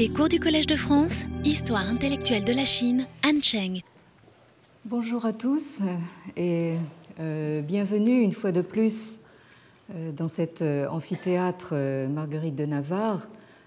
Les cours du Collège de France, Histoire intellectuelle de la Chine, Han Cheng. Bonjour à tous et bienvenue une fois de plus dans cet amphithéâtre Marguerite de Navarre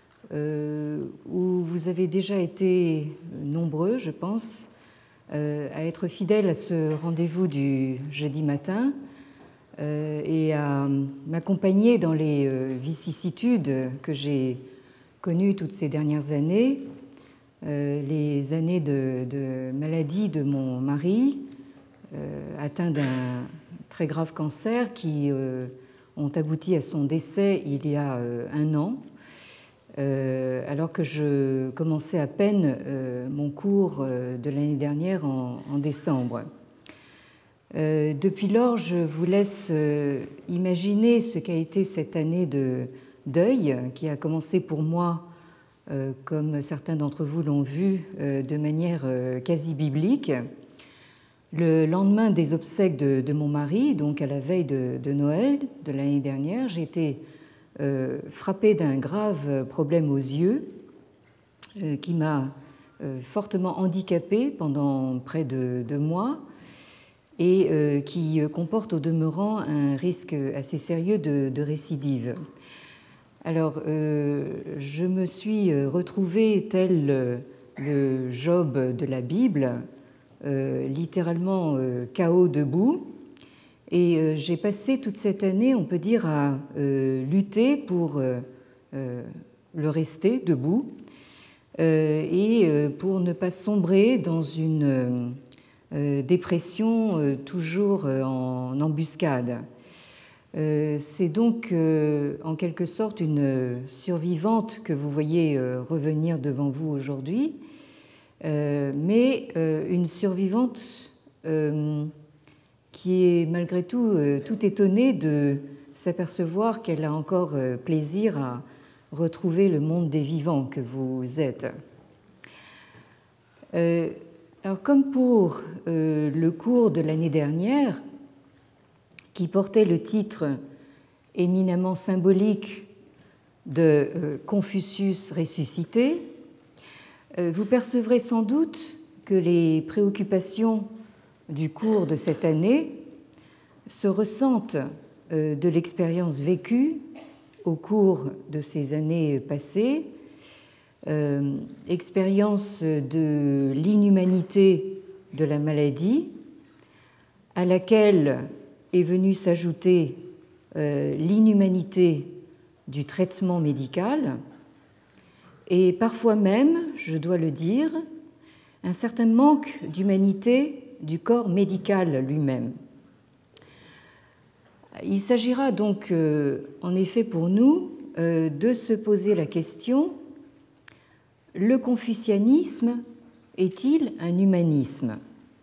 où vous avez déjà été nombreux, je pense, à être fidèles à ce rendez-vous du jeudi matin et à m'accompagner dans les vicissitudes que j'ai connues toutes ces dernières années, les années de maladie de mon mari, atteint d'un très grave cancer, qui ont abouti à son décès il y a un an, alors que je commençais à peine mon cours de l'année dernière en décembre. Depuis lors, je vous laisse imaginer ce qu'a été cette année de deuil qui a commencé pour moi, comme certains d'entre vous l'ont vu, de manière quasi biblique. Le lendemain des obsèques de mon mari, donc à la veille de Noël de l'année dernière, j'ai été frappée d'un grave problème aux yeux qui m'a fortement handicapée pendant près de 2 mois et qui comporte au demeurant un risque assez sérieux de récidive. Alors, je me suis retrouvée tel le Job de la Bible, littéralement KO debout, et j'ai passé toute cette année, on peut dire, à lutter pour le rester debout et pour ne pas sombrer dans une dépression toujours en embuscade. C'est donc en quelque sorte une survivante que vous voyez revenir devant vous aujourd'hui, mais une survivante qui est malgré tout tout étonnée de s'apercevoir qu'elle a encore plaisir à retrouver le monde des vivants que vous êtes. Alors, comme pour le cours de l'année dernière, qui portait le titre éminemment symbolique de Confucius ressuscité, vous percevrez sans doute que les préoccupations du cours de cette année se ressentent de l'expérience vécue au cours de ces années passées, expérience de l'inhumanité de la maladie, à laquelle est venue s'ajouter l'inhumanité du traitement médical et parfois même, je dois le dire, un certain manque d'humanité du corps médical lui-même. Il s'agira donc en effet pour nous de se poser la question: le confucianisme est-il un humanisme ?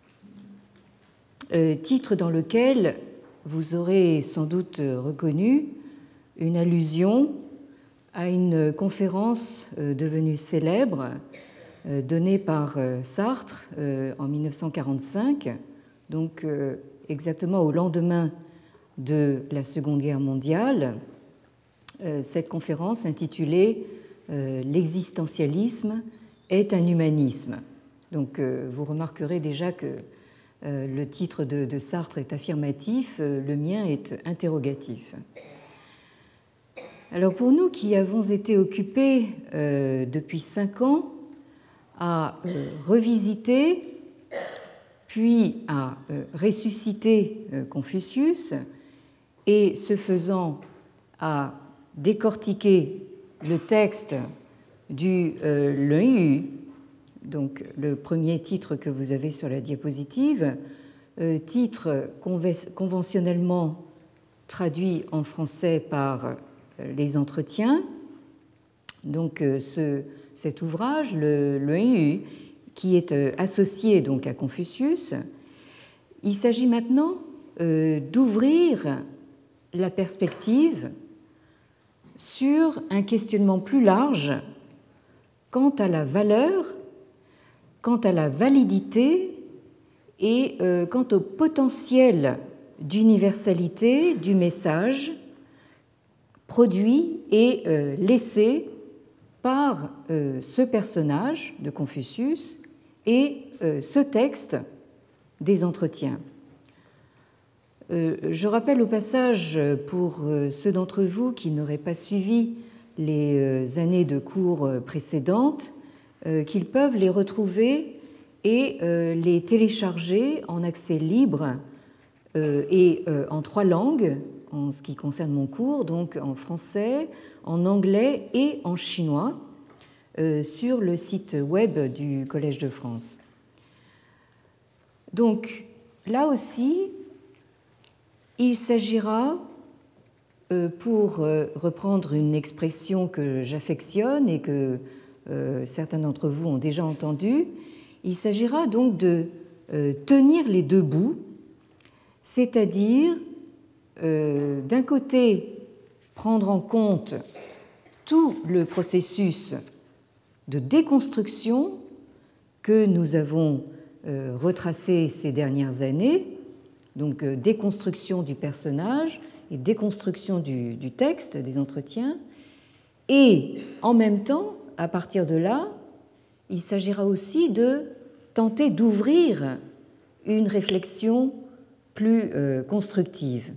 Titre dans lequel vous aurez sans doute reconnu une allusion à une conférence devenue célèbre donnée par Sartre en 1945, donc exactement au lendemain de la Seconde Guerre mondiale. Cette conférence intitulée « L'existentialisme est un humanisme ». Donc vous remarquerez déjà que le titre de Sartre est affirmatif, le mien est interrogatif. Alors pour nous qui avons été occupés depuis 5 ans à revisiter puis à ressusciter Confucius et ce faisant à décortiquer le texte du Lun Yu, donc le premier titre que vous avez sur la diapositive, titre conventionnellement traduit en français par les entretiens. Donc cet ouvrage, le Lun Yu, qui est associé donc à Confucius, il s'agit maintenant d'ouvrir la perspective sur un questionnement plus large quant à la valeur, quant à la validité et quant au potentiel d'universalité du message produit et laissé par ce personnage de Confucius et ce texte des entretiens. Je rappelle au passage, pour ceux d'entre vous qui n'auraient pas suivi les années de cours précédentes, qu'ils peuvent les retrouver et les télécharger en accès libre et en 3 langues en ce qui concerne mon cours, donc en français, en anglais et en chinois, sur le site web du Collège de France. Donc là aussi, il s'agira, pour reprendre une expression que j'affectionne et que certains d'entre vous ont déjà entendue, il s'agira donc de tenir les deux bouts, c'est-à-dire d'un côté prendre en compte tout le processus de déconstruction que nous avons retracé ces dernières années, donc déconstruction du personnage et déconstruction du texte, des entretiens, et en même temps, à partir de là, il s'agira aussi de tenter d'ouvrir une réflexion plus constructive.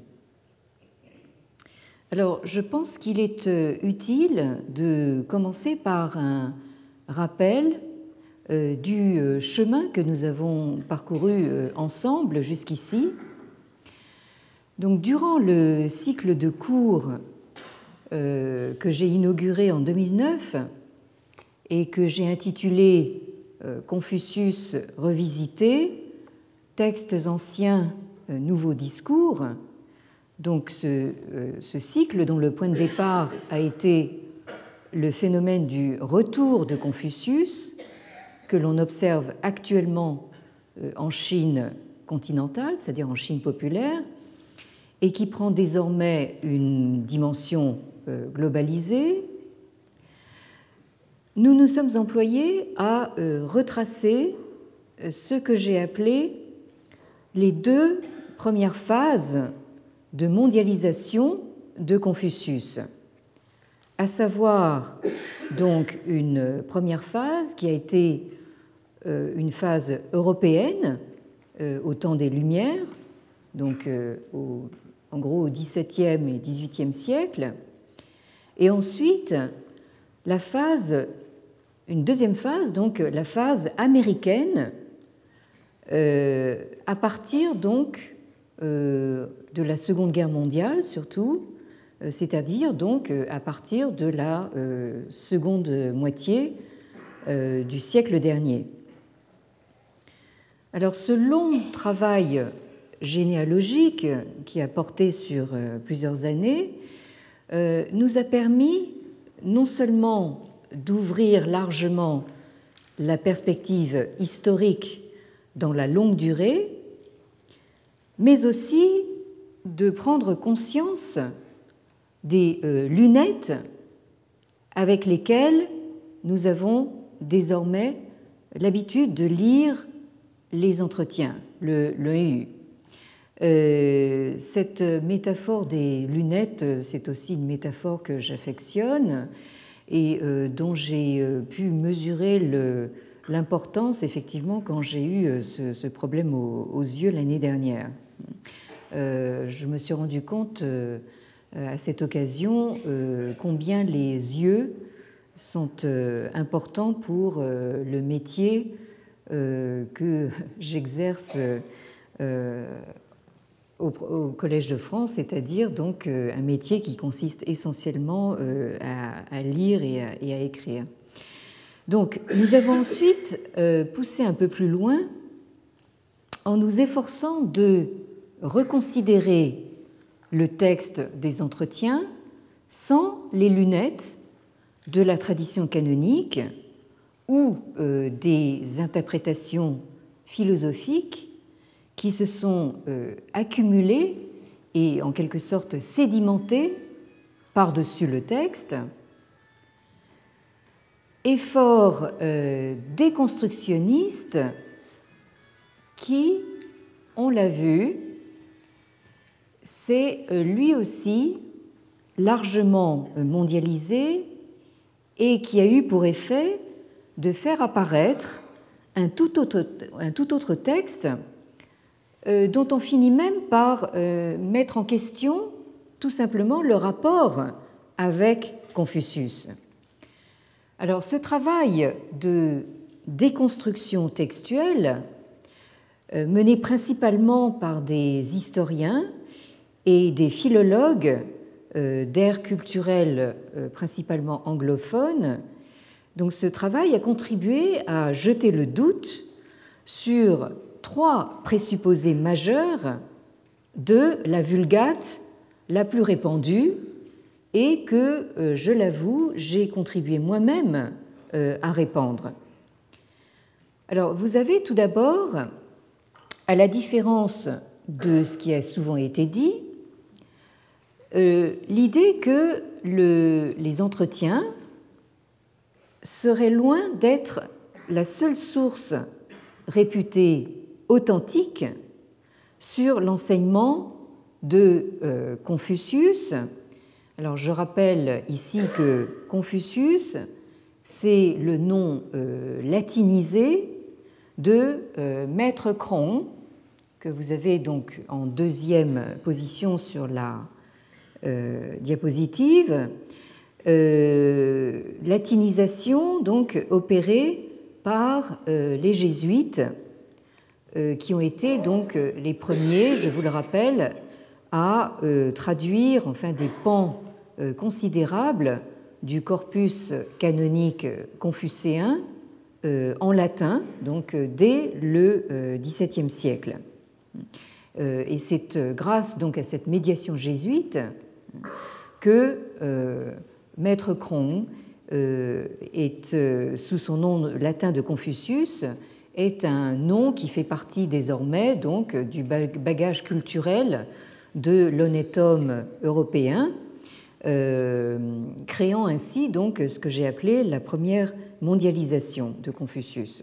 Alors, je pense qu'il est utile de commencer par un rappel du chemin que nous avons parcouru ensemble jusqu'ici. Donc, durant le cycle de cours que j'ai inauguré en 2009 et que j'ai intitulé Confucius revisité, textes anciens, nouveaux discours, donc ce cycle dont le point de départ a été le phénomène du retour de Confucius, que l'on observe actuellement en Chine continentale, c'est-à-dire en Chine populaire, et qui prend désormais une dimension globalisée. Nous nous sommes employés à retracer ce que j'ai appelé les 2 premières phases de mondialisation de Confucius, à savoir donc une première phase qui a été une phase européenne au temps des Lumières, donc en gros au XVIIe et XVIIIe siècle, et ensuite une deuxième phase, donc la phase américaine, à partir donc de la Seconde Guerre mondiale surtout, c'est-à-dire donc à partir de la seconde moitié du siècle dernier. Alors ce long travail généalogique qui a porté sur plusieurs années nous a permis non seulement d'ouvrir largement la perspective historique dans la longue durée, mais aussi de prendre conscience des lunettes avec lesquelles nous avons désormais l'habitude de lire les entretiens, l'EU. Cette métaphore des lunettes, c'est aussi une métaphore que j'affectionne et dont j'ai pu mesurer l'importance effectivement quand j'ai eu ce problème aux yeux l'année dernière. Je me suis rendu compte à cette occasion combien les yeux sont importants pour le métier que j'exerce au Collège de France, c'est-à-dire donc un métier qui consiste essentiellement à lire et à écrire. Donc, nous avons ensuite poussé un peu plus loin en nous efforçant de reconsidérer le texte des entretiens sans les lunettes de la tradition canonique ou des interprétations philosophiques qui se sont accumulées et en quelque sorte sédimentées par-dessus le texte. Effort déconstructionniste qui, on l'a vu, s'est lui aussi largement mondialisé et qui a eu pour effet de faire apparaître un tout autre texte dont on finit même par mettre en question tout simplement le rapport avec Confucius. Alors, ce travail de déconstruction textuelle, mené principalement par des historiens et des philologues d'ère culturelle principalement anglophone, donc ce travail a contribué à jeter le doute sur 3 présupposés majeurs de la Vulgate la plus répandue et que, je l'avoue, j'ai contribué moi-même à répandre. Alors, vous avez tout d'abord, à la différence de ce qui a souvent été dit, l'idée que les entretiens seraient loin d'être la seule source réputée authentique sur l'enseignement de Confucius. Alors, je rappelle ici que Confucius, c'est le nom latinisé de Maître Krong, que vous avez donc en deuxième position sur la diapositive, latinisation donc opérée par les jésuites qui ont été donc les premiers, je vous le rappelle, à traduire enfin des pans considérables du corpus canonique confucéen en latin, donc dès le XVIIe siècle. Et c'est grâce donc à cette médiation jésuite que Maître Krong est, sous son nom latin de Confucius, est un nom qui fait partie désormais donc du bagage culturel de l'honnête homme européen, créant ainsi donc ce que j'ai appelé la première mondialisation de Confucius.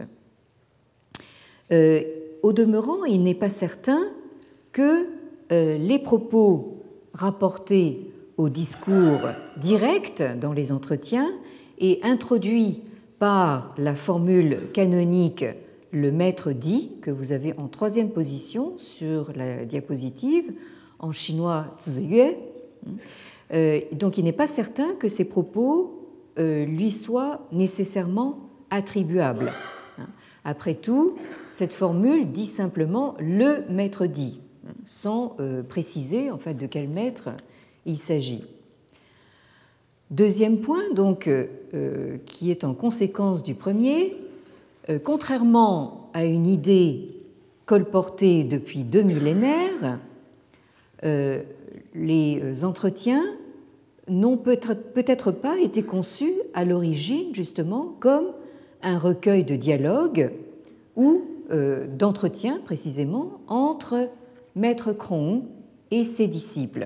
Au demeurant, il n'est pas certain que les propos rapportés au discours direct dans les entretiens et introduits par la formule canonique « le maître dit » que vous avez en troisième position sur la diapositive, en chinois « ziyue ». Donc il n'est pas certain que ces propos lui soient nécessairement attribuables. Après tout, cette formule dit simplement « le maître dit », sans préciser en fait de quel maître il s'agit. Deuxième point, donc, qui est en conséquence du premier, contrairement à une idée colportée depuis 2 millénaires, les entretiens n'ont peut-être pas été conçus à l'origine justement comme un recueil de dialogues ou d'entretiens précisément entre Maître Krong et ses disciples.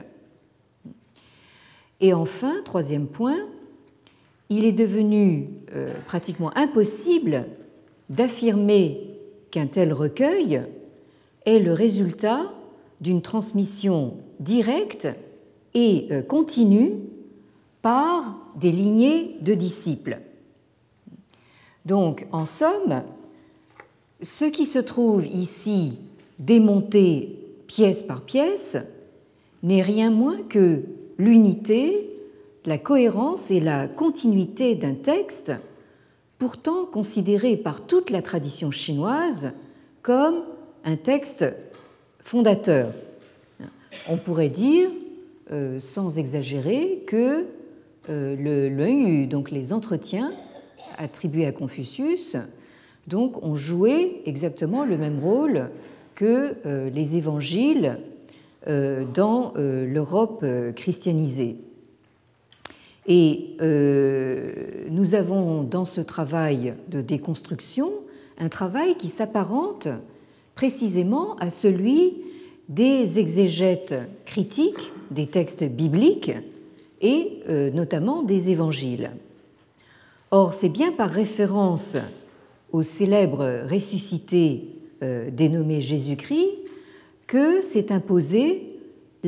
Et enfin, troisième point, il est devenu pratiquement impossible d'affirmer qu'un tel recueil est le résultat d'une transmission directe et continue par des lignées de disciples. Donc, en somme, ce qui se trouve ici démonté pièce par pièce n'est rien moins que l'unité, la cohérence et la continuité d'un texte pourtant considéré par toute la tradition chinoise comme un texte fondateur. On pourrait dire, sans exagérer, que le Yu, donc les entretiens attribués à Confucius, donc, ont joué exactement le même rôle que les évangiles dans l'Europe christianisée. Et nous avons dans ce travail de déconstruction un travail qui s'apparente précisément à celui des exégètes critiques des textes bibliques et notamment des évangiles. Or, c'est bien par référence au célèbre ressuscité dénommé Jésus-Christ que s'est imposé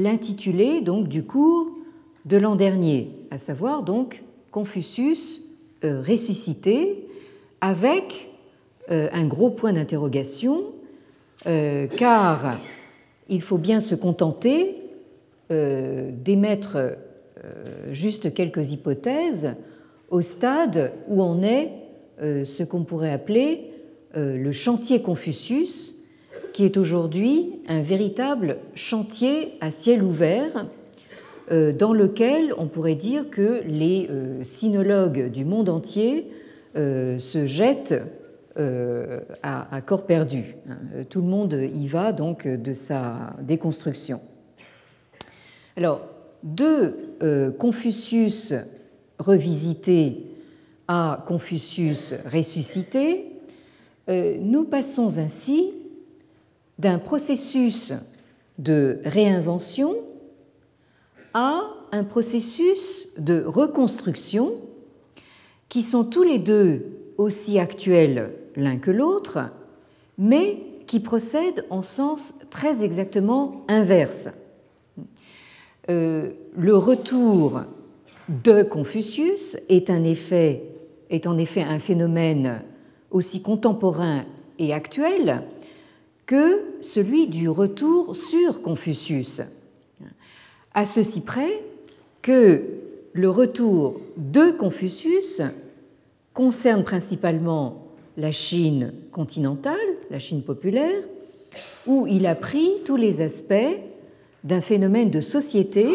l'intitulé donc du cours de l'an dernier, à savoir donc Confucius, ressuscité avec un gros point d'interrogation, car il faut bien se contenter d'émettre juste quelques hypothèses au stade où en est ce qu'on pourrait appeler le chantier Confucius, qui est aujourd'hui un véritable chantier à ciel ouvert dans lequel on pourrait dire que les sinologues du monde entier se jettent à corps perdu. Tout le monde y va donc de sa déconstruction. Alors, de Confucius revisité à Confucius ressuscité, nous passons ainsi d'un processus de réinvention à un processus de reconstruction qui sont tous les deux aussi actuels l'un que l'autre, mais qui procèdent en sens très exactement inverse. Le retour de Confucius est en effet un phénomène aussi contemporain et actuel que celui du retour sur Confucius, à ceci près que le retour de Confucius concerne principalement la Chine continentale, la Chine populaire, où il a pris tous les aspects d'un phénomène de société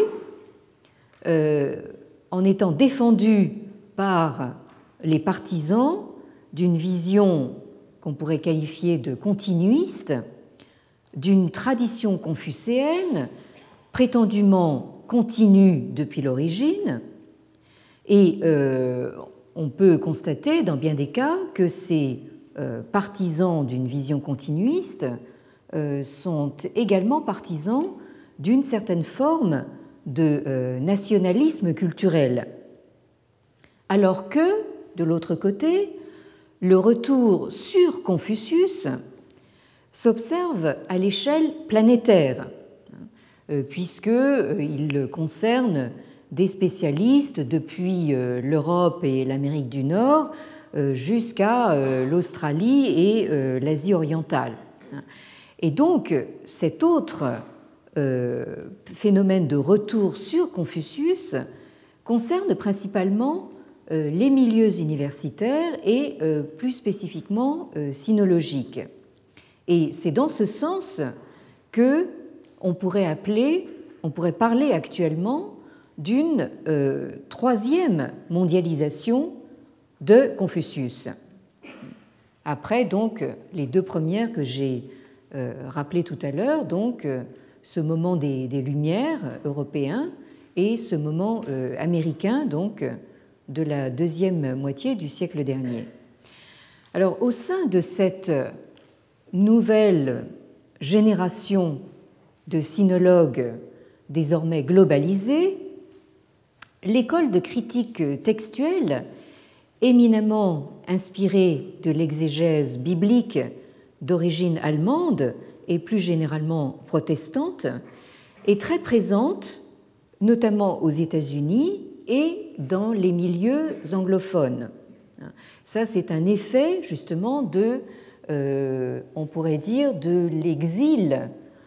en étant défendu par les partisans d'une vision qu'on pourrait qualifier de continuiste, d'une tradition confucéenne prétendument continue depuis l'origine, et on peut constater dans bien des cas que ces partisans d'une vision continuiste sont également partisans d'une certaine forme de nationalisme culturel, alors que, de l'autre côté, le retour sur Confucius s'observe à l'échelle planétaire, puisqu'il concerne des spécialistes depuis l'Europe et l'Amérique du Nord jusqu'à l'Australie et l'Asie orientale. Et donc, cet autre phénomène de retour sur Confucius concerne principalement les milieux universitaires et plus spécifiquement sinologiques. Et c'est dans ce sens que on pourrait parler actuellement d'une troisième mondialisation de Confucius. Après donc les deux premières que j'ai rappelées tout à l'heure, donc ce moment des Lumières européens et ce moment américain donc de la deuxième moitié du siècle dernier. Alors au sein de cette nouvelle génération de sinologues désormais globalisés, l'école de critique textuelle, éminemment inspirée de l'exégèse biblique d'origine allemande et plus généralement protestante, est très présente, notamment aux États-Unis et dans les milieux anglophones. Ça, c'est un effet justement on pourrait dire, de l'exil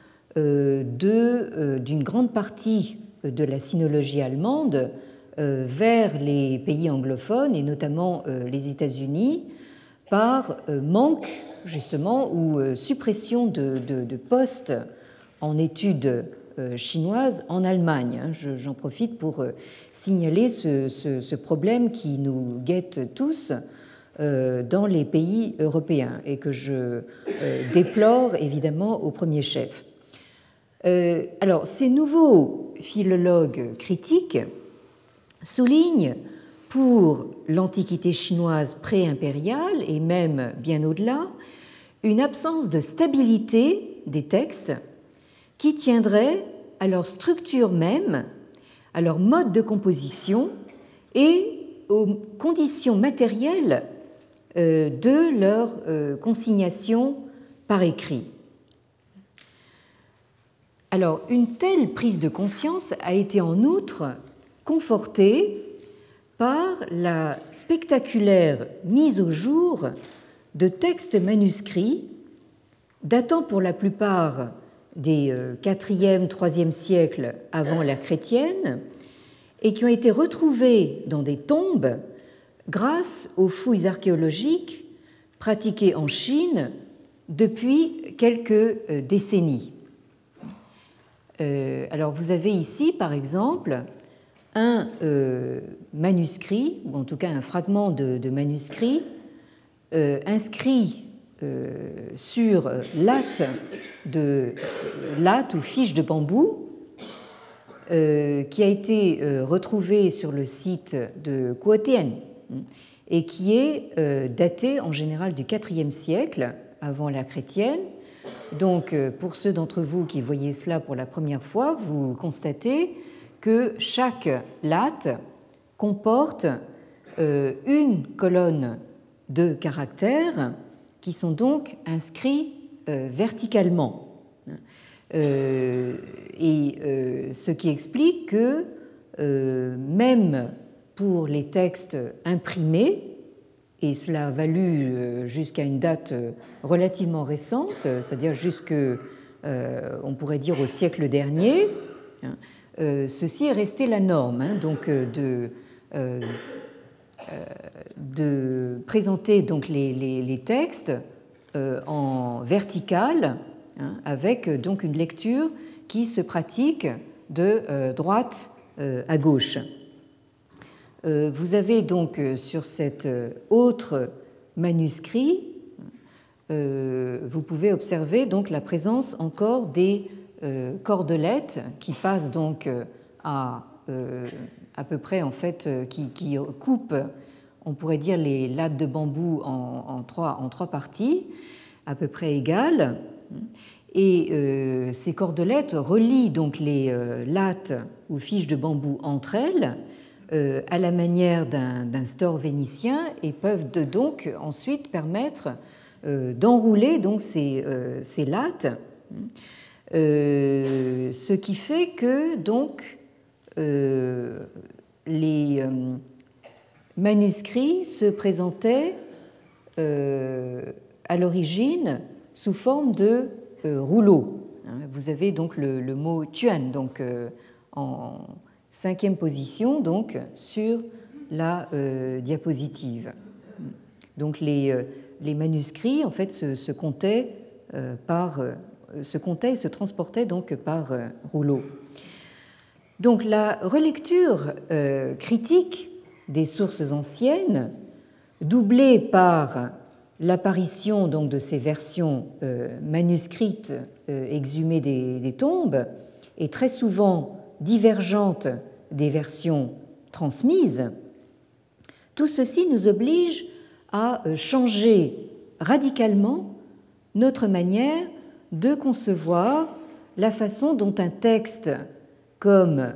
d'une grande partie de la sinologie allemande vers les pays anglophones et notamment les États-Unis par manque justement ou suppression de postes en études chinoises en Allemagne. J'en profite pour signaler ce problème qui nous guette tous dans les pays européens et que je déplore évidemment au premier chef. Alors, ces nouveaux philologues critiques soulignent pour l'Antiquité chinoise pré-impériale et même bien au-delà une absence de stabilité des textes qui tiendrait à leur structure même, à leur mode de composition et aux conditions matérielles de leur consignation par écrit. Alors, une telle prise de conscience a été en outre confortée par la spectaculaire mise au jour de textes manuscrits datant pour la plupart des 4e, 3e siècles avant l'ère chrétienne et qui ont été retrouvés dans des tombes grâce aux fouilles archéologiques pratiquées en Chine depuis quelques décennies. Alors vous avez ici, par exemple, un manuscrit, ou en tout cas un fragment de manuscrit, inscrit sur latte ou fiche de bambou, qui a été retrouvé sur le site de Kuotian et qui est daté en général du IVe siècle avant l'ère chrétienne. Donc, pour ceux d'entre vous qui voyez cela pour la première fois, vous constatez que chaque latte comporte une colonne de caractères qui sont donc inscrits verticalement. Ce qui explique que même pour les textes imprimés, et cela a valu jusqu'à une date relativement récente, c'est-à-dire on pourrait dire au siècle dernier, ceci est resté la norme, donc de présenter donc les textes en vertical, avec donc une lecture qui se pratique de droite à gauche. Vous avez donc sur cet autre manuscrit, vous pouvez observer donc la présence encore des cordelettes qui passent donc à peu près en fait qui coupent, on pourrait dire, les lattes de bambou en trois parties à peu près égales. Et ces cordelettes relient donc les lattes ou fiches de bambou entre elles à la manière d'un store vénitien et peuvent donc ensuite permettre d'enrouler donc ces lattes, ce qui fait que donc les manuscrits se présentaient à l'origine sous forme de rouleaux. Vous avez donc le mot tuan donc en 5e position donc sur la diapositive. Donc les manuscrits en fait se comptaient et se transportaient donc par rouleau. Donc la relecture critique des sources anciennes, doublée par l'apparition donc de ces versions manuscrites exhumées des tombes, et très souvent divergentes des versions transmises, tout ceci nous oblige à changer radicalement notre manière de concevoir la façon dont un texte comme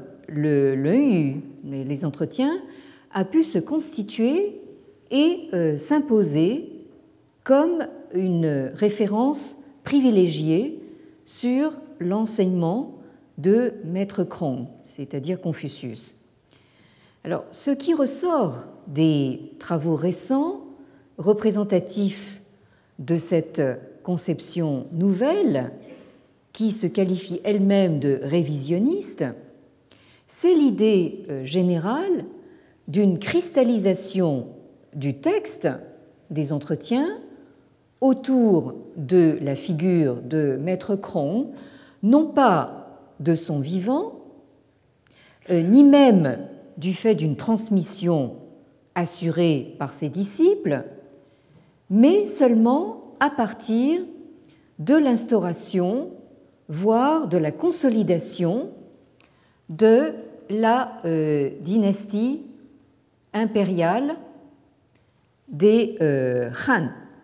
les entretiens a pu se constituer et s'imposer comme une référence privilégiée sur l'enseignement de Maître Krong, c'est-à-dire Confucius. Alors, ce qui ressort des travaux récents représentatifs de cette conception nouvelle, qui se qualifie elle-même de révisionniste, c'est l'idée générale d'une cristallisation du texte des entretiens autour de la figure de Maître Krong, non pas de son vivant, ni même du fait d'une transmission assurée par ses disciples, mais seulement à partir de l'instauration, voire de la consolidation de la dynastie impériale des Han.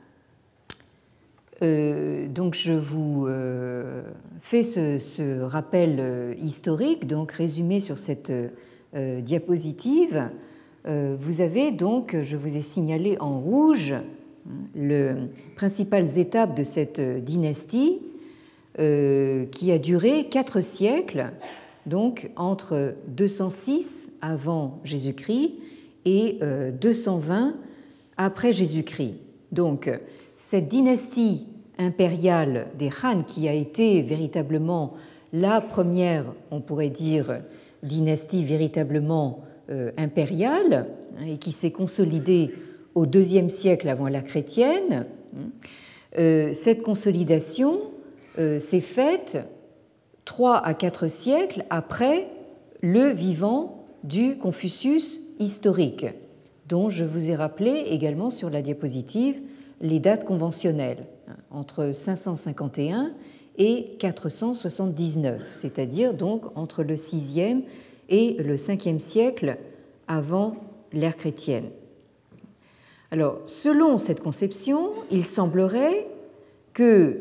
Donc je vous fais ce rappel historique, donc résumé sur cette diapositive. Vous avez donc, je vous ai signalé en rouge, les principales étapes de cette dynastie qui a duré 4 siècles, donc entre 206 avant Jésus-Christ et 220 après Jésus-Christ. Donc, cette dynastie impériale des Han, qui a été véritablement la première, on pourrait dire, dynastie véritablement impériale, et qui s'est consolidée au IIe siècle avant l'ère chrétienne, cette consolidation s'est faite 3 à 4 siècles après le vivant du Confucius historique, dont je vous ai rappelé également sur la diapositive les dates conventionnelles, entre 551 et 479, c'est-à-dire donc entre le VIe et le Ve siècle avant l'ère chrétienne. Alors, selon cette conception, il semblerait que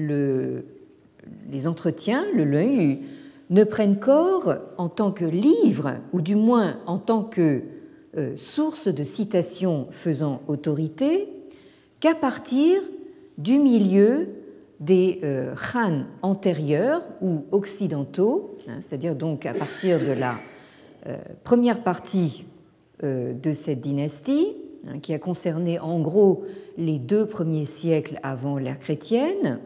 les entretiens, le Lun Yu, ne prennent corps en tant que livre, ou du moins en tant que source de citation faisant autorité, qu'à partir du milieu des Han antérieurs ou occidentaux, c'est-à-dire donc à partir de la première partie de cette dynastie, qui a concerné en gros les 2 premiers siècles avant l'ère chrétienne.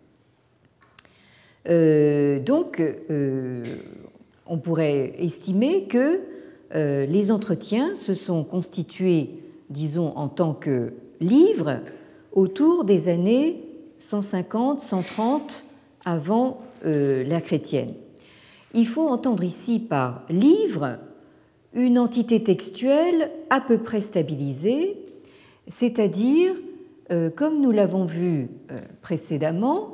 Donc, on pourrait estimer que les entretiens se sont constitués, disons, en tant que livres autour des années 150-130 avant l'ère chrétienne. Il faut entendre ici par livre une entité textuelle à peu près stabilisée, c'est-à-dire, comme nous l'avons vu précédemment,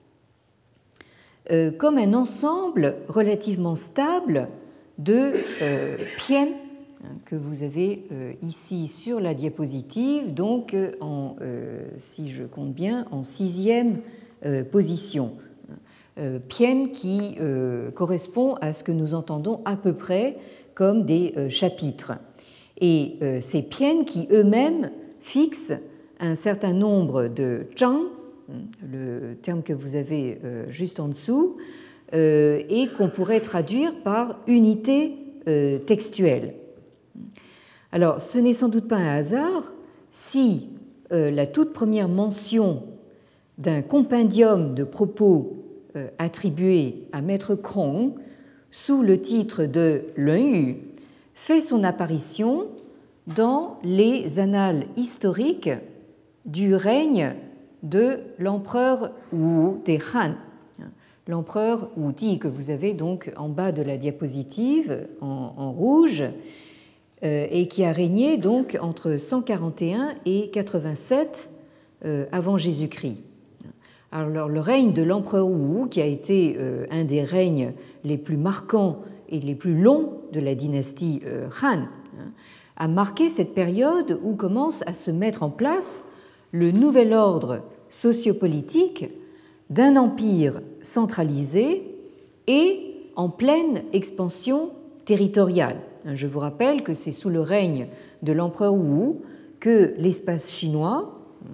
comme un ensemble relativement stable de piènes que vous avez ici sur la diapositive, donc si je compte bien, en 6e position. Piènes qui correspond à ce que nous entendons à peu près comme des chapitres. Et ces piènes qui eux-mêmes fixent un certain nombre de zhang, le terme que vous avez juste en dessous, et qu'on pourrait traduire par unité textuelle. Alors, ce n'est sans doute pas un hasard si la toute première mention d'un compendium de propos attribué à Maître Krong sous le titre de Lun Yu fait son apparition dans les annales historiques du règne de l'empereur Wu des Han. L'empereur Wu Di que vous avez donc en bas de la diapositive en rouge et qui a régné donc entre 141 et 87 avant Jésus-Christ. Alors le règne de l'empereur Wu, qui a été un des règnes les plus marquants et les plus longs de la dynastie Han, a marqué cette période où commence à se mettre en place le nouvel ordre sociopolitique d'un empire centralisé et en pleine expansion territoriale. Je vous rappelle que c'est sous le règne de l'empereur Wu que l'espace chinois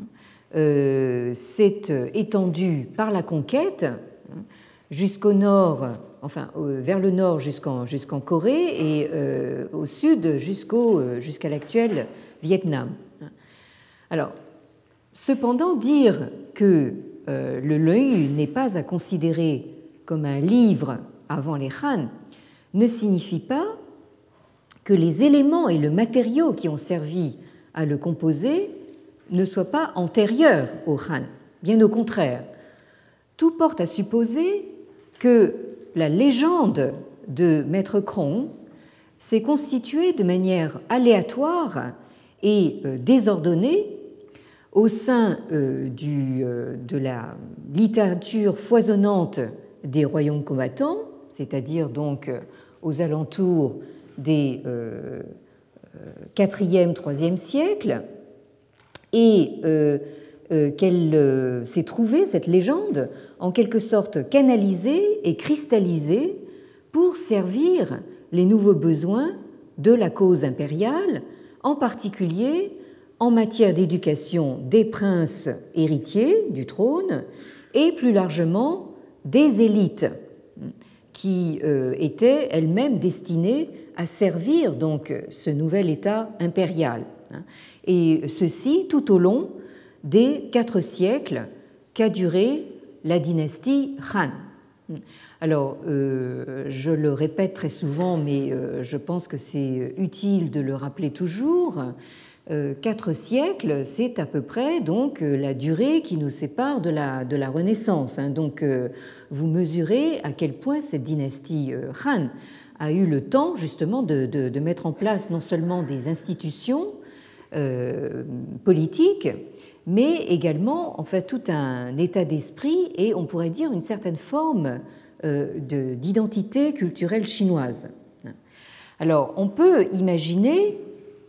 s'est étendu par la conquête jusqu'au nord, enfin vers le nord jusqu'en Corée et au sud jusqu'à l'actuel Vietnam. Alors, cependant, dire que le Lun Yu n'est pas à considérer comme un livre avant les Han ne signifie pas que les éléments et le matériau qui ont servi à le composer ne soient pas antérieurs aux Han. Bien au contraire, tout porte à supposer que la légende de Maître Krong s'est constituée de manière aléatoire et désordonnée au sein de la littérature foisonnante des royaumes combattants, c'est-à-dire donc aux alentours des 4e, 3e siècles, et qu'elle s'est trouvée, cette légende, en quelque sorte canalisée et cristallisée pour servir les nouveaux besoins de la cause impériale, en particulier en matière d'éducation des princes héritiers du trône et plus largement des élites qui était elle-même destinée à servir donc ce nouvel État impérial. Et ceci tout au long des 4 siècles qu'a duré la dynastie Han. Alors, je le répète très souvent, mais je pense que c'est utile de le rappeler toujours. 4 siècles, c'est à peu près donc la durée qui nous sépare de la Renaissance. Donc, vous mesurez à quel point cette dynastie Han a eu le temps justement de mettre en place non seulement des institutions politiques, mais également en fait tout un état d'esprit et on pourrait dire une certaine forme d'identité culturelle chinoise. Alors, on peut imaginer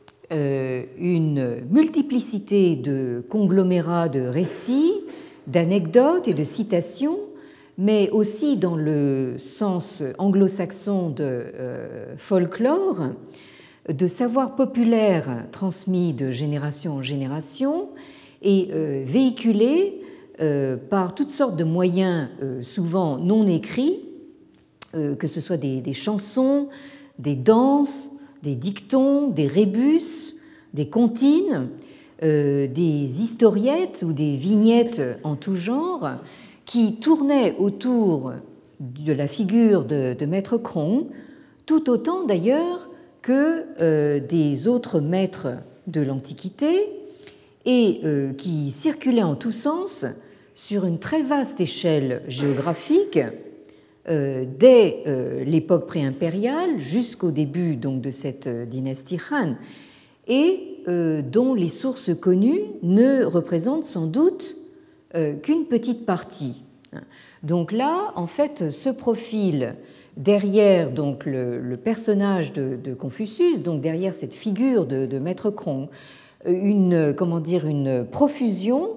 une multiplicité de conglomérats de récits, d'anecdotes et de citations, mais aussi dans le sens anglo-saxon de folklore, de savoir populaire transmis de génération en génération et véhiculé par toutes sortes de moyens souvent non écrits, que ce soit des chansons, des danses, des dictons, des rébus, des comptines, des historiettes ou des vignettes en tout genre qui tournaient autour de la figure de Maître Krong, tout autant d'ailleurs que des autres maîtres de l'Antiquité et qui circulaient en tous sens sur une très vaste échelle géographique dès l'époque préimpériale jusqu'au début donc, de cette dynastie Han et dont les sources connues ne représentent sans doute qu'une petite partie. Donc là, en fait, ce profil derrière donc, le personnage de Confucius, donc derrière cette figure de Maître Krong, une profusion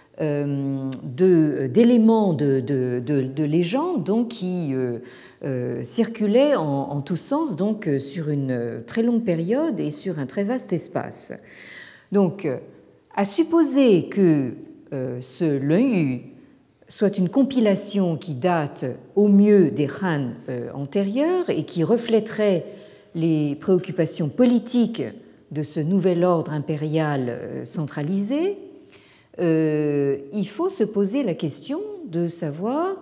d'éléments de légendes donc, qui circulaient en tous sens donc, sur une très longue période et sur un très vaste espace. Donc, à supposer que ce Lun-Yu soit une compilation qui date au mieux des Han antérieurs et qui reflèterait les préoccupations politiques de ce nouvel ordre impérial centralisé, il faut se poser la question de savoir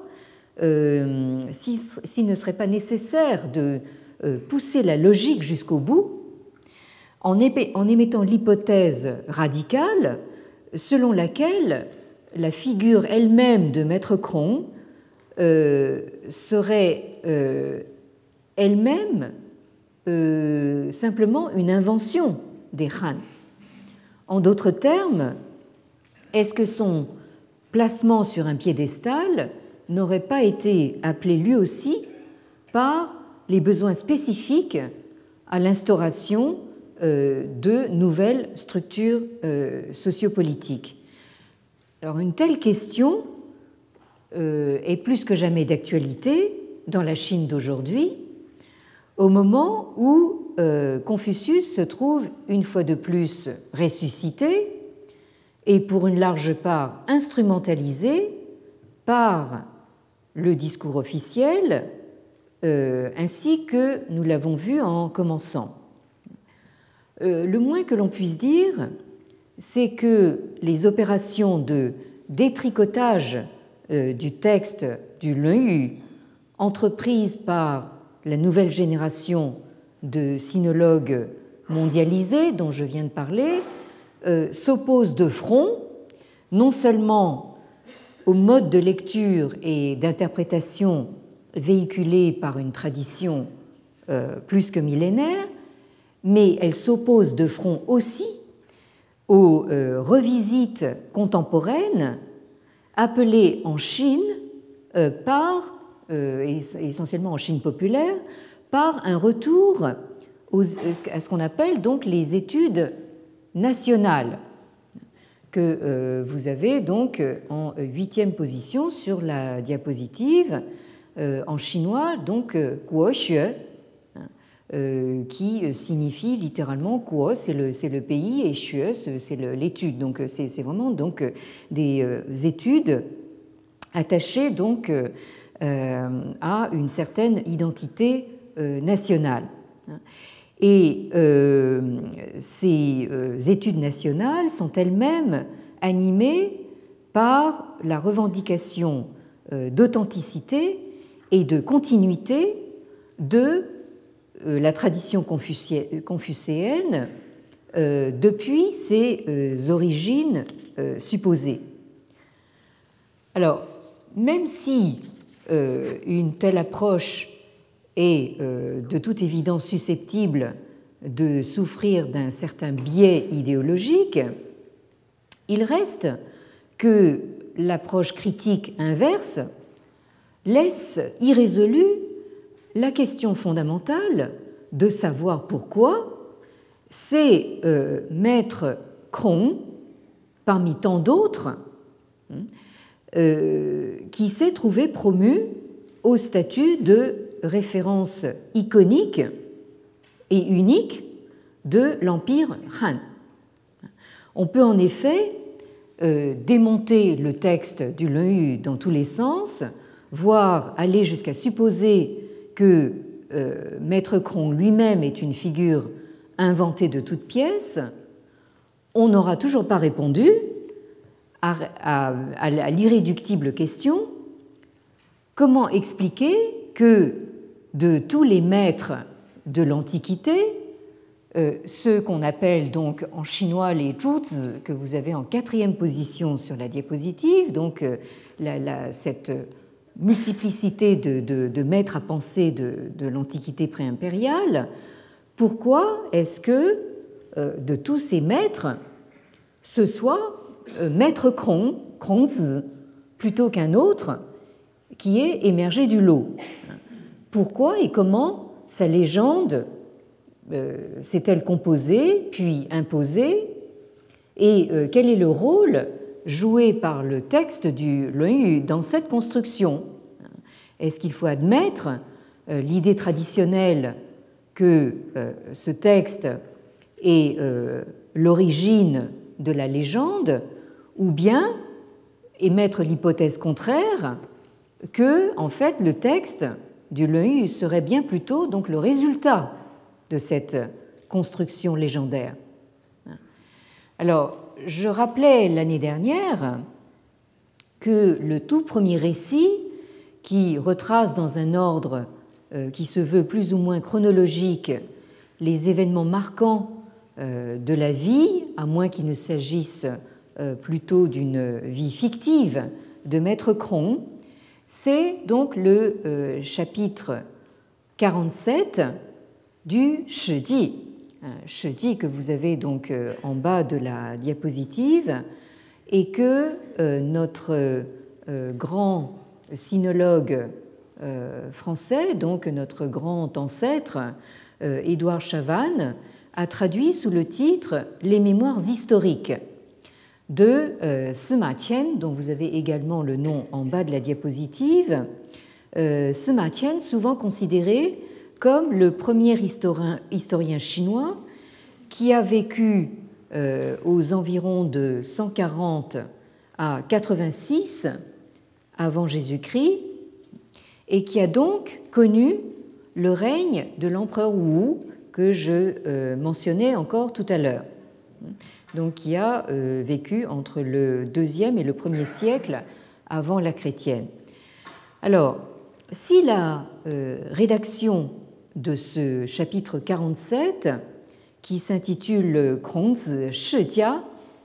s'il ne serait pas nécessaire de pousser la logique jusqu'au bout en émettant l'hypothèse radicale selon laquelle la figure elle-même de Maître Krong serait elle-même simplement une invention des Han. En d'autres termes, est-ce que son placement sur un piédestal n'aurait pas été appelé lui aussi par les besoins spécifiques à l'instauration de nouvelles structures sociopolitiques? Alors, une telle question est plus que jamais d'actualité dans la Chine d'aujourd'hui, au moment où Confucius se trouve une fois de plus ressuscité et pour une large part instrumentalisé par le discours officiel, ainsi que nous l'avons vu en commençant. Le moins que l'on puisse dire, c'est que les opérations de détricotage du texte du Lun-Yu entreprises par la nouvelle génération de sinologues mondialisés dont je viens de parler s'opposent de front non seulement au mode de lecture et d'interprétation véhiculé par une tradition plus que millénaire, mais elles s'opposent de front aussi aux revisites contemporaines appelées en Chine essentiellement en Chine populaire, par un retour à ce qu'on appelle donc les études nationales, que vous avez donc en 8e position sur la diapositive, en chinois, donc Guoxue, qui signifie littéralement Guo, c'est le pays, et Xue, c'est l'étude. Donc c'est vraiment donc des études attachées donc a une certaine identité nationale. Et ces études nationales sont elles-mêmes animées par la revendication d'authenticité et de continuité de la tradition confucéenne depuis ses origines supposées. Alors, même si une telle approche est de toute évidence susceptible de souffrir d'un certain biais idéologique, il reste que l'approche critique inverse laisse irrésolue la question fondamentale de savoir pourquoi c'est Maître Krong, parmi tant d'autres, qui s'est trouvé promu au statut de référence iconique et unique de l'Empire Han. On peut en effet démonter le texte du Lun Yu dans tous les sens, voire aller jusqu'à supposer que Maître Krong lui-même est une figure inventée de toutes pièces. On n'aura toujours pas répondu à l'irréductible question: comment expliquer que de tous les maîtres de l'Antiquité, ceux qu'on appelle donc en chinois les zhuzi, que vous avez en 4e position sur la diapositive, donc cette multiplicité de maîtres à penser de l'Antiquité préimpériale, pourquoi est-ce que de tous ces maîtres, ce soit Maître Krong, Krongzi, plutôt qu'un autre qui est émergé du lot? Pourquoi et comment sa légende s'est-elle composée, puis imposée, et quel est le rôle joué par le texte du Lun Yu dans cette construction? Est-ce qu'il faut admettre l'idée traditionnelle que ce texte est l'origine de la légende, ou bien émettre l'hypothèse contraire que, en fait, le texte du Lun Yu serait bien plutôt donc le résultat de cette construction légendaire? Alors, je rappelais l'année dernière que le tout premier récit, qui retrace dans un ordre qui se veut plus ou moins chronologique les événements marquants de la vie, à moins qu'il ne s'agisse plutôt d'une vie fictive de Maître Krong, c'est donc le chapitre 47 du Shiji. Shiji que vous avez donc en bas de la diapositive et que notre grand sinologue français, donc notre grand ancêtre, Édouard Chavannes, a traduit sous le titre « Les mémoires historiques » de Sima Qian, dont vous avez également le nom en bas de la diapositive. Sima Qian, souvent considéré comme le premier historien chinois qui a vécu aux environs de 140 à 86 avant Jésus-Christ et qui a donc connu le règne de l'empereur Wu que je mentionnais encore tout à l'heure, donc qui a vécu entre le IIe et le 1er siècle avant l'ère chrétienne. Alors, si la rédaction de ce chapitre 47, qui s'intitule Krongzi Shijia,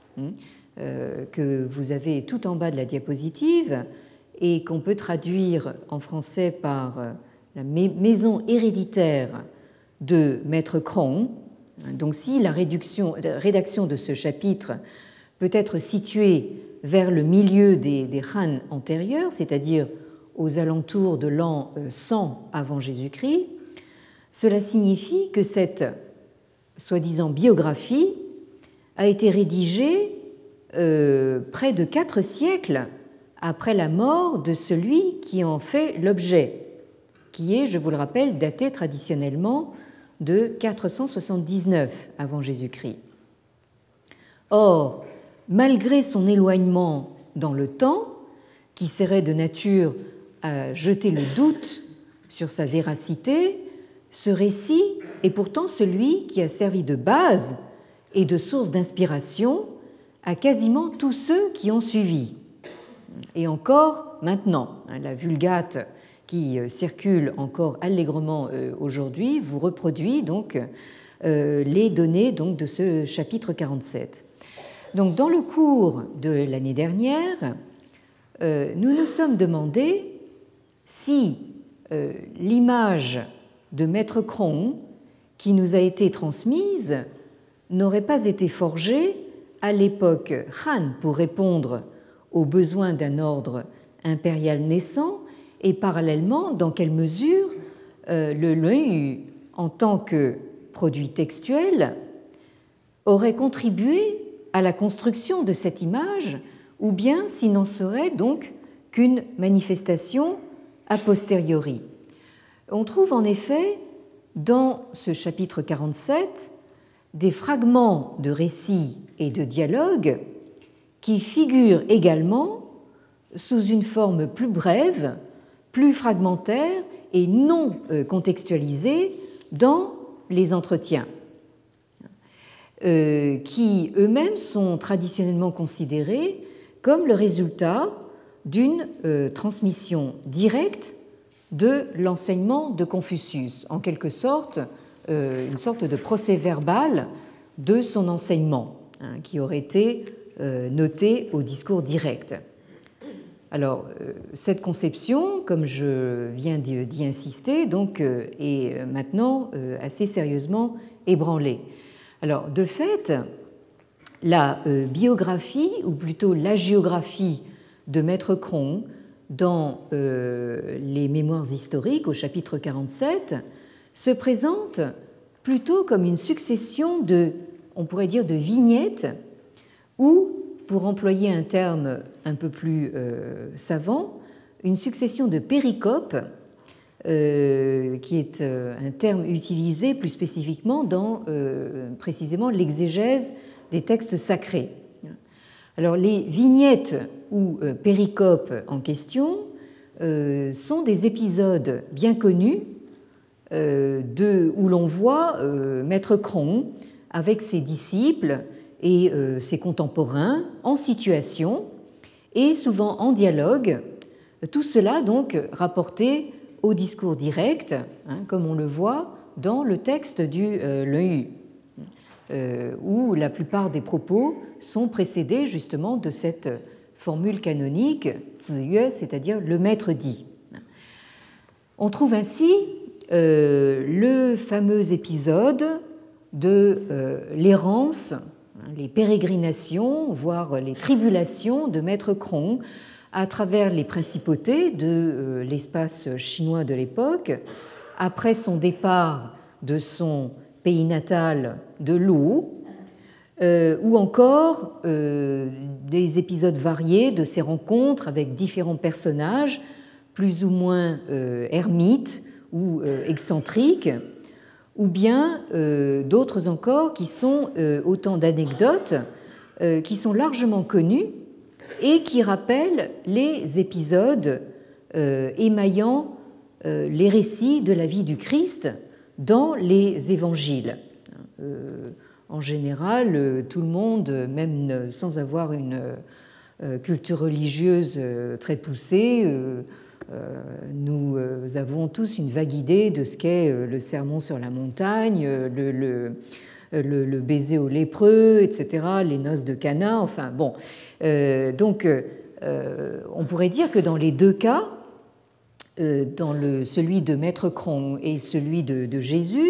que vous avez tout en bas de la diapositive et qu'on peut traduire en français par la maison héréditaire de Maître Krong. Donc si la rédaction de ce chapitre peut être située vers le milieu des Han antérieurs, c'est-à-dire aux alentours de l'an 100 avant Jésus-Christ, cela signifie que cette soi-disant biographie a été rédigée près de 4 siècles après la mort de celui qui en fait l'objet, qui est, je vous le rappelle, daté traditionnellement de 479 avant Jésus-Christ. Or, malgré son éloignement dans le temps, qui serait de nature à jeter le doute sur sa véracité, ce récit est pourtant celui qui a servi de base et de source d'inspiration à quasiment tous ceux qui ont suivi. Et encore maintenant, la Vulgate qui circule encore allègrement aujourd'hui vous reproduit donc les données donc de ce chapitre 47. Donc, dans le cours de l'année dernière, nous nous sommes demandé si l'image de Maître Krong qui nous a été transmise n'aurait pas été forgée à l'époque Han pour répondre aux besoins d'un ordre impérial naissant et parallèlement dans quelle mesure le Lun, en tant que produit textuel, aurait contribué à la construction de cette image ou bien s'il n'en serait donc qu'une manifestation a posteriori. On trouve en effet dans ce chapitre 47 des fragments de récits et de dialogues qui figurent également sous une forme plus brève, plus fragmentaire et non contextualisée dans les entretiens, qui eux-mêmes sont traditionnellement considérés comme le résultat d'une transmission directe de l'enseignement de Confucius, en quelque sorte une sorte de procès-verbal de son enseignement, qui aurait été noté au discours direct. Alors, cette conception, comme je viens d'y insister, donc, est maintenant assez sérieusement ébranlée. Alors, de fait, la biographie, ou plutôt l'hagiographie de Maître Krong dans les mémoires historiques au chapitre 47 se présente plutôt comme une succession de, on pourrait dire, de vignettes ou, pour employer un terme un peu plus savant, une succession de péricopes, qui est un terme utilisé plus spécifiquement dans précisément l'exégèse des textes sacrés. Alors, les vignettes ou péricopes en question sont des épisodes bien connus où l'on voit Maître Krong avec ses disciples et ses contemporains en situation et souvent en dialogue, tout cela donc rapporté au discours direct, comme on le voit dans le texte du Lun, où la plupart des propos sont précédés justement de cette formule canonique Ziyue, c'est-à-dire le maître dit. On trouve ainsi le fameux épisode de l'errance, les pérégrinations, voire les tribulations de Maître Krong à travers les principautés de l'espace chinois de l'époque, après son départ de son pays natal de l'eau, ou encore des épisodes variés de ses rencontres avec différents personnages, plus ou moins ermites ou excentriques, ou bien d'autres encore qui sont autant d'anecdotes qui sont largement connues et qui rappellent les épisodes émaillant les récits de la vie du Christ dans les évangiles. En général, tout le monde, même sans avoir une culture religieuse très poussée, nous avons tous une vague idée de ce qu'est le sermon sur la montagne, le baiser aux lépreux, etc., les noces de Cana, enfin bon. Donc, on pourrait dire que dans les deux cas, dans celui de Maître Krong et celui de Jésus,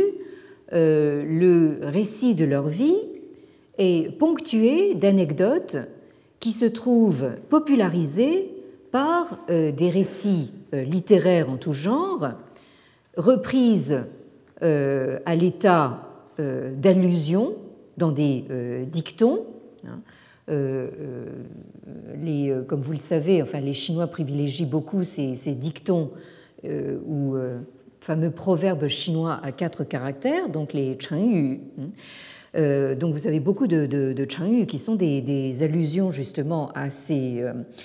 le récit de leur vie est ponctué d'anecdotes qui se trouvent popularisées par des récits littéraires en tout genre, reprises à l'état d'allusion dans des dictons. Comme vous le savez, enfin, les Chinois privilégient beaucoup ces dictons ou fameux proverbes chinois à 4 caractères, donc les chengyu, Donc vous avez beaucoup de chengyu qui sont des allusions justement à ces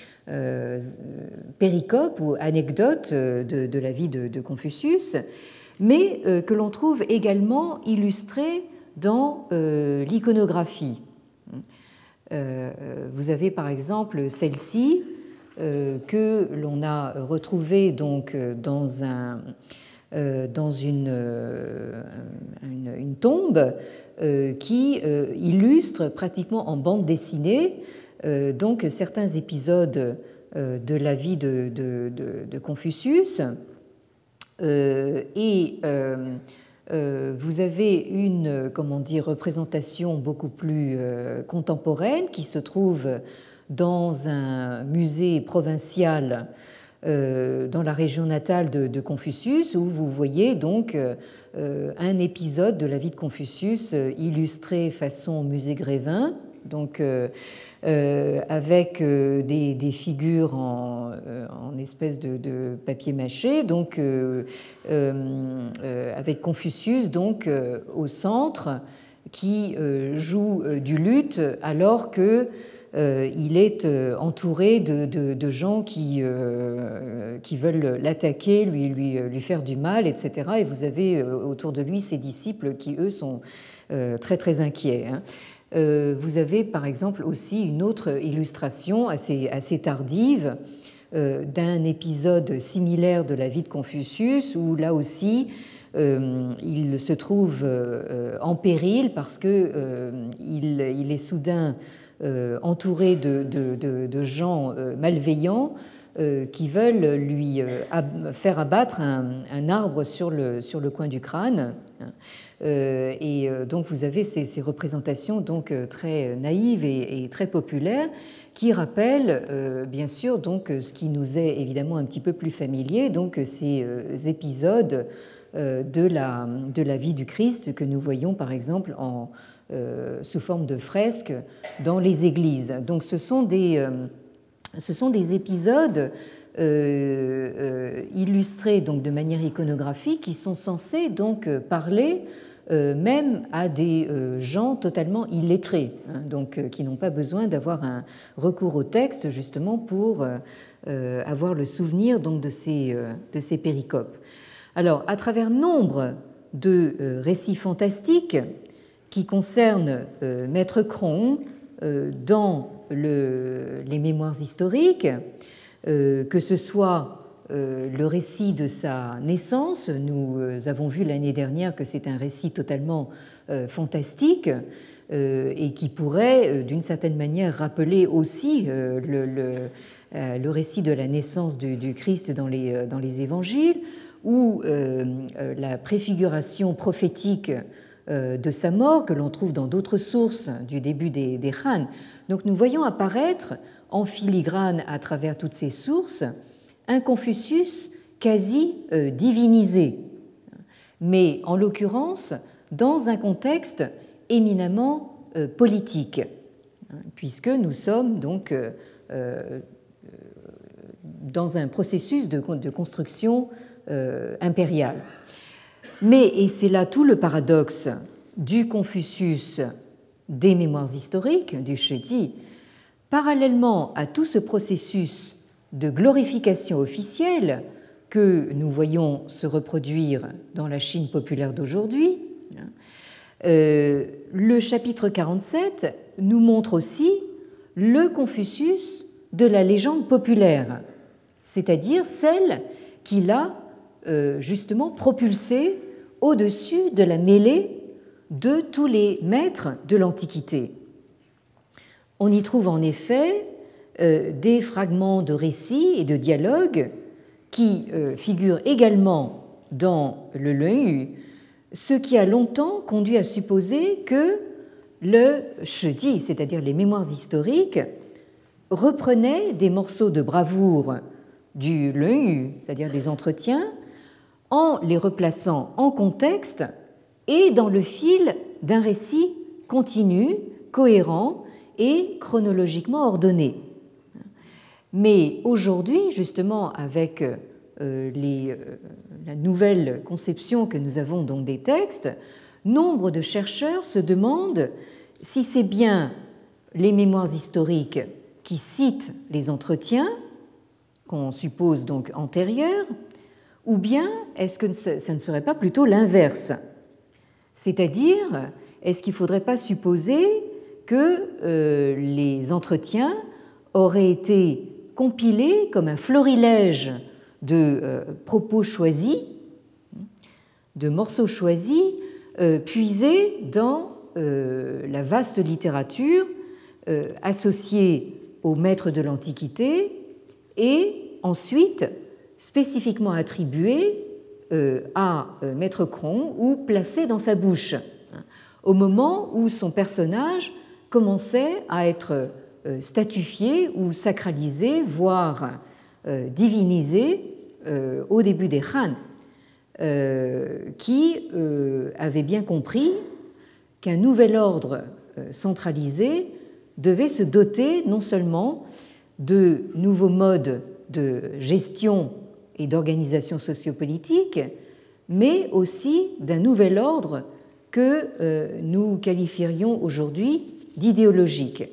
péricopes ou anecdotes de la vie de Confucius, mais que l'on trouve également illustrées dans l'iconographie. Vous avez par exemple celle-ci que l'on a retrouvée donc dans une tombe qui illustre pratiquement en bande dessinée donc certains épisodes de la vie de Confucius. Et vous avez une représentation beaucoup plus contemporaine qui se trouve dans un musée provincial dans la région natale de Confucius, où vous voyez donc un épisode de la vie de Confucius illustré façon musée Grévin, donc avec des figures en espèce de papier mâché, donc avec Confucius donc au centre qui joue du luth alors que il est entouré de gens qui veulent l'attaquer, lui faire du mal, etc. Et vous avez autour de lui ses disciples qui, eux, sont très, très inquiets. Vous avez, par exemple, aussi une autre illustration assez tardive d'un épisode similaire de la vie de Confucius, où là aussi, il se trouve en péril parce qu'il est soudain entouré de gens malveillants qui veulent lui faire abattre un arbre sur le coin du crâne. Et donc vous avez ces représentations donc très naïves et très populaires qui rappellent bien sûr donc ce qui nous est évidemment un petit peu plus familier, donc ces épisodes de la vie du Christ que nous voyons par exemple sous forme de fresques dans les églises. Donc ce sont des épisodes illustrés donc de manière iconographique qui sont censés donc parler même à des gens totalement illettrés, donc qui n'ont pas besoin d'avoir un recours au texte justement pour avoir le souvenir donc de ces péricopes. Alors, à travers nombre de récits fantastiques qui concernent Maître Krong dans les mémoires historiques, que ce soit le récit de sa naissance, nous avons vu l'année dernière que c'est un récit totalement fantastique et qui pourrait d'une certaine manière rappeler aussi le récit de la naissance du Christ dans les évangiles, ou la préfiguration prophétique de sa mort que l'on trouve dans d'autres sources du début des Han. Donc nous voyons apparaître en filigrane à travers toutes ces sources un Confucius quasi divinisé, mais en l'occurrence dans un contexte éminemment politique, puisque nous sommes donc dans un processus de construction impériale. Mais, et c'est là tout le paradoxe du Confucius des mémoires historiques, du Shiji, parallèlement à tout ce processus de glorification officielle que nous voyons se reproduire dans la Chine populaire d'aujourd'hui, le chapitre 47 nous montre aussi le Confucius de la légende populaire, c'est-à-dire celle qui l'a justement propulsé au-dessus de la mêlée de tous les maîtres de l'Antiquité. On y trouve en effet des fragments de récits et de dialogues qui figurent également dans le Lun, ce qui a longtemps conduit à supposer que le Shiji, c'est-à-dire les mémoires historiques, reprenait des morceaux de bravoure du Lun, c'est-à-dire des entretiens, en les replaçant en contexte et dans le fil d'un récit continu, cohérent et chronologiquement ordonné. Mais aujourd'hui, justement, avec la nouvelle conception que nous avons donc des textes, nombre de chercheurs se demandent si c'est bien les mémoires historiques qui citent les entretiens, qu'on suppose donc antérieurs, ou bien est-ce que ça ne serait pas plutôt l'inverse? C'est-à-dire, est-ce qu'il ne faudrait pas supposer que les entretiens auraient été compilés comme un florilège de propos choisis, de morceaux choisis, puisés dans la vaste littérature associée aux maîtres de l'Antiquité et ensuite spécifiquement attribués à Maître Cron ou placés dans sa bouche, au moment où son personnage commençait à être statifié ou sacralisé, voire divinisé au début des Han, qui avaient bien compris qu'un nouvel ordre centralisé devait se doter non seulement de nouveaux modes de gestion et d'organisation sociopolitique, mais aussi d'un nouvel ordre que nous qualifierions aujourd'hui d'idéologique.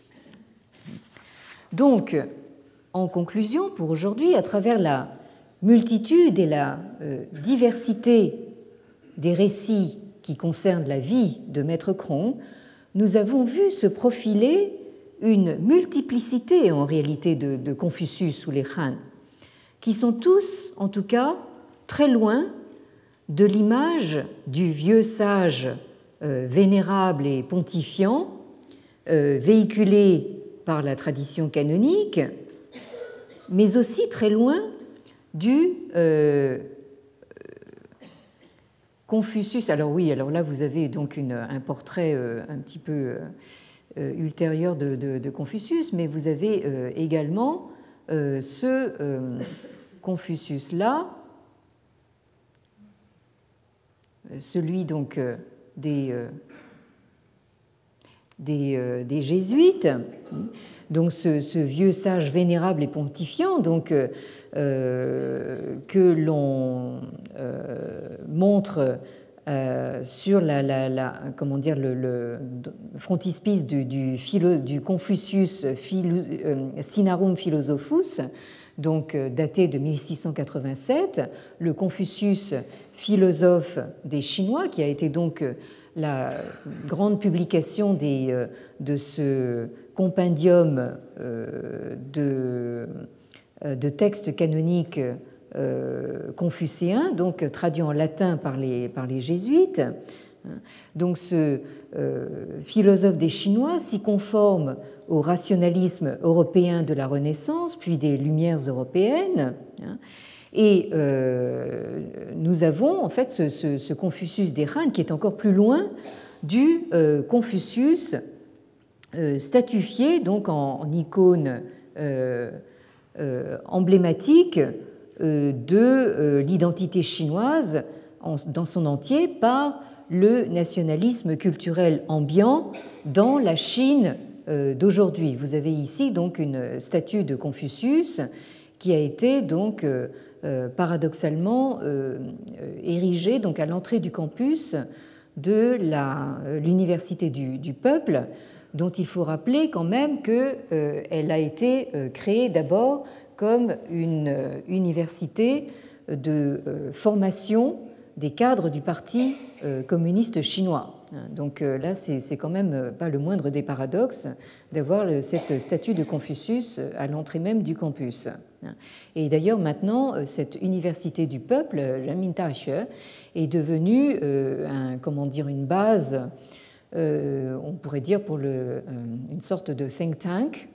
Donc, en conclusion, pour aujourd'hui, à travers la multitude et la diversité des récits qui concernent la vie de Maître Cron, nous avons vu se profiler une multiplicité en réalité de Confucius ou les Han, qui sont tous, en tout cas, très loin de l'image du vieux sage vénérable et pontifiant, véhiculé par la tradition canonique, mais aussi très loin du Confucius. Alors oui, alors là vous avez donc un portrait un petit peu ultérieur de Confucius, mais vous avez également ce Confucius-là, celui donc des jésuites, donc ce vieux sage vénérable et pontifiant, donc que l'on montre sur comment dire, le frontispice du Confucius Sinarum Philosophus, donc daté de 1687, le Confucius philosophe des Chinois, qui a été donc la grande publication de ce compendium de textes canoniques confucéens, donc traduit en latin par les jésuites. Donc ce philosophe des Chinois s'y conforme au rationalisme européen de la Renaissance, puis des Lumières européennes. Et nous avons en fait ce Confucius des Han qui est encore plus loin du Confucius statufié donc en icône emblématique de l'identité chinoise dans son entier par le nationalisme culturel ambiant dans la Chine d'aujourd'hui. Vous avez ici donc une statue de Confucius qui a été donc paradoxalement érigée donc à l'entrée du campus de l'université du peuple, dont il faut rappeler quand même qu'elle a été créée d'abord comme une université de formation des cadres du Parti communiste chinois. Donc là, c'est quand même pas le moindre des paradoxes d'avoir cette statue de Confucius à l'entrée même du campus. Et d'ailleurs, maintenant, cette université du peuple, Renmintaxe, est devenue une base, on pourrait dire, pour une sorte de think tank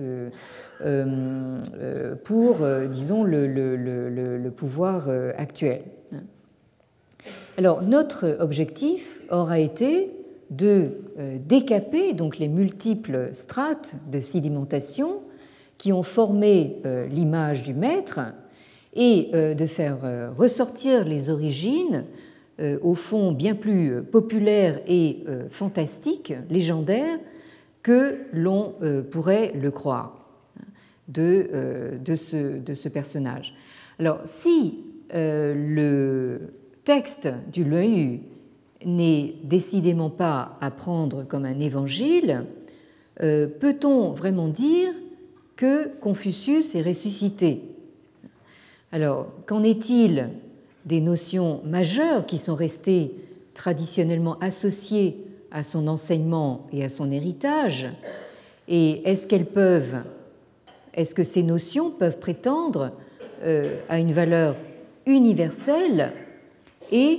pour, disons, le pouvoir actuel. Alors, notre objectif aura été de décaper donc les multiples strates de sédimentation qui ont formé l'image du maître et de faire ressortir les origines, au fond bien plus populaires et fantastiques, légendaires, que l'on pourrait le croire de ce personnage. Alors, si le texte du Luan Yu n'est décidément pas à prendre comme un évangile, peut-on vraiment dire que Confucius est ressuscité? Alors, qu'en est-il des notions majeures qui sont restées traditionnellement associées à son enseignement et à son héritage? Et est-ce que ces notions peuvent prétendre à une valeur universelle et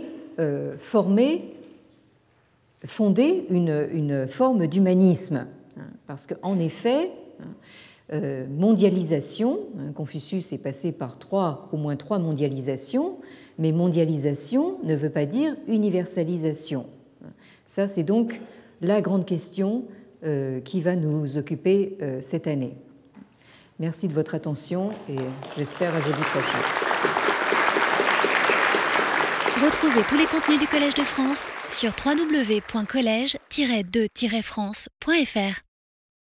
fonder une forme d'humanisme? Parce qu'en effet, mondialisation, Confucius est passé par au moins trois mondialisations, mais mondialisation ne veut pas dire universalisation. Ça, c'est donc la grande question qui va nous occuper cette année. Merci de votre attention et j'espère à jeudi prochain. Retrouvez tous les contenus du Collège de France sur www.collège-2-france.fr.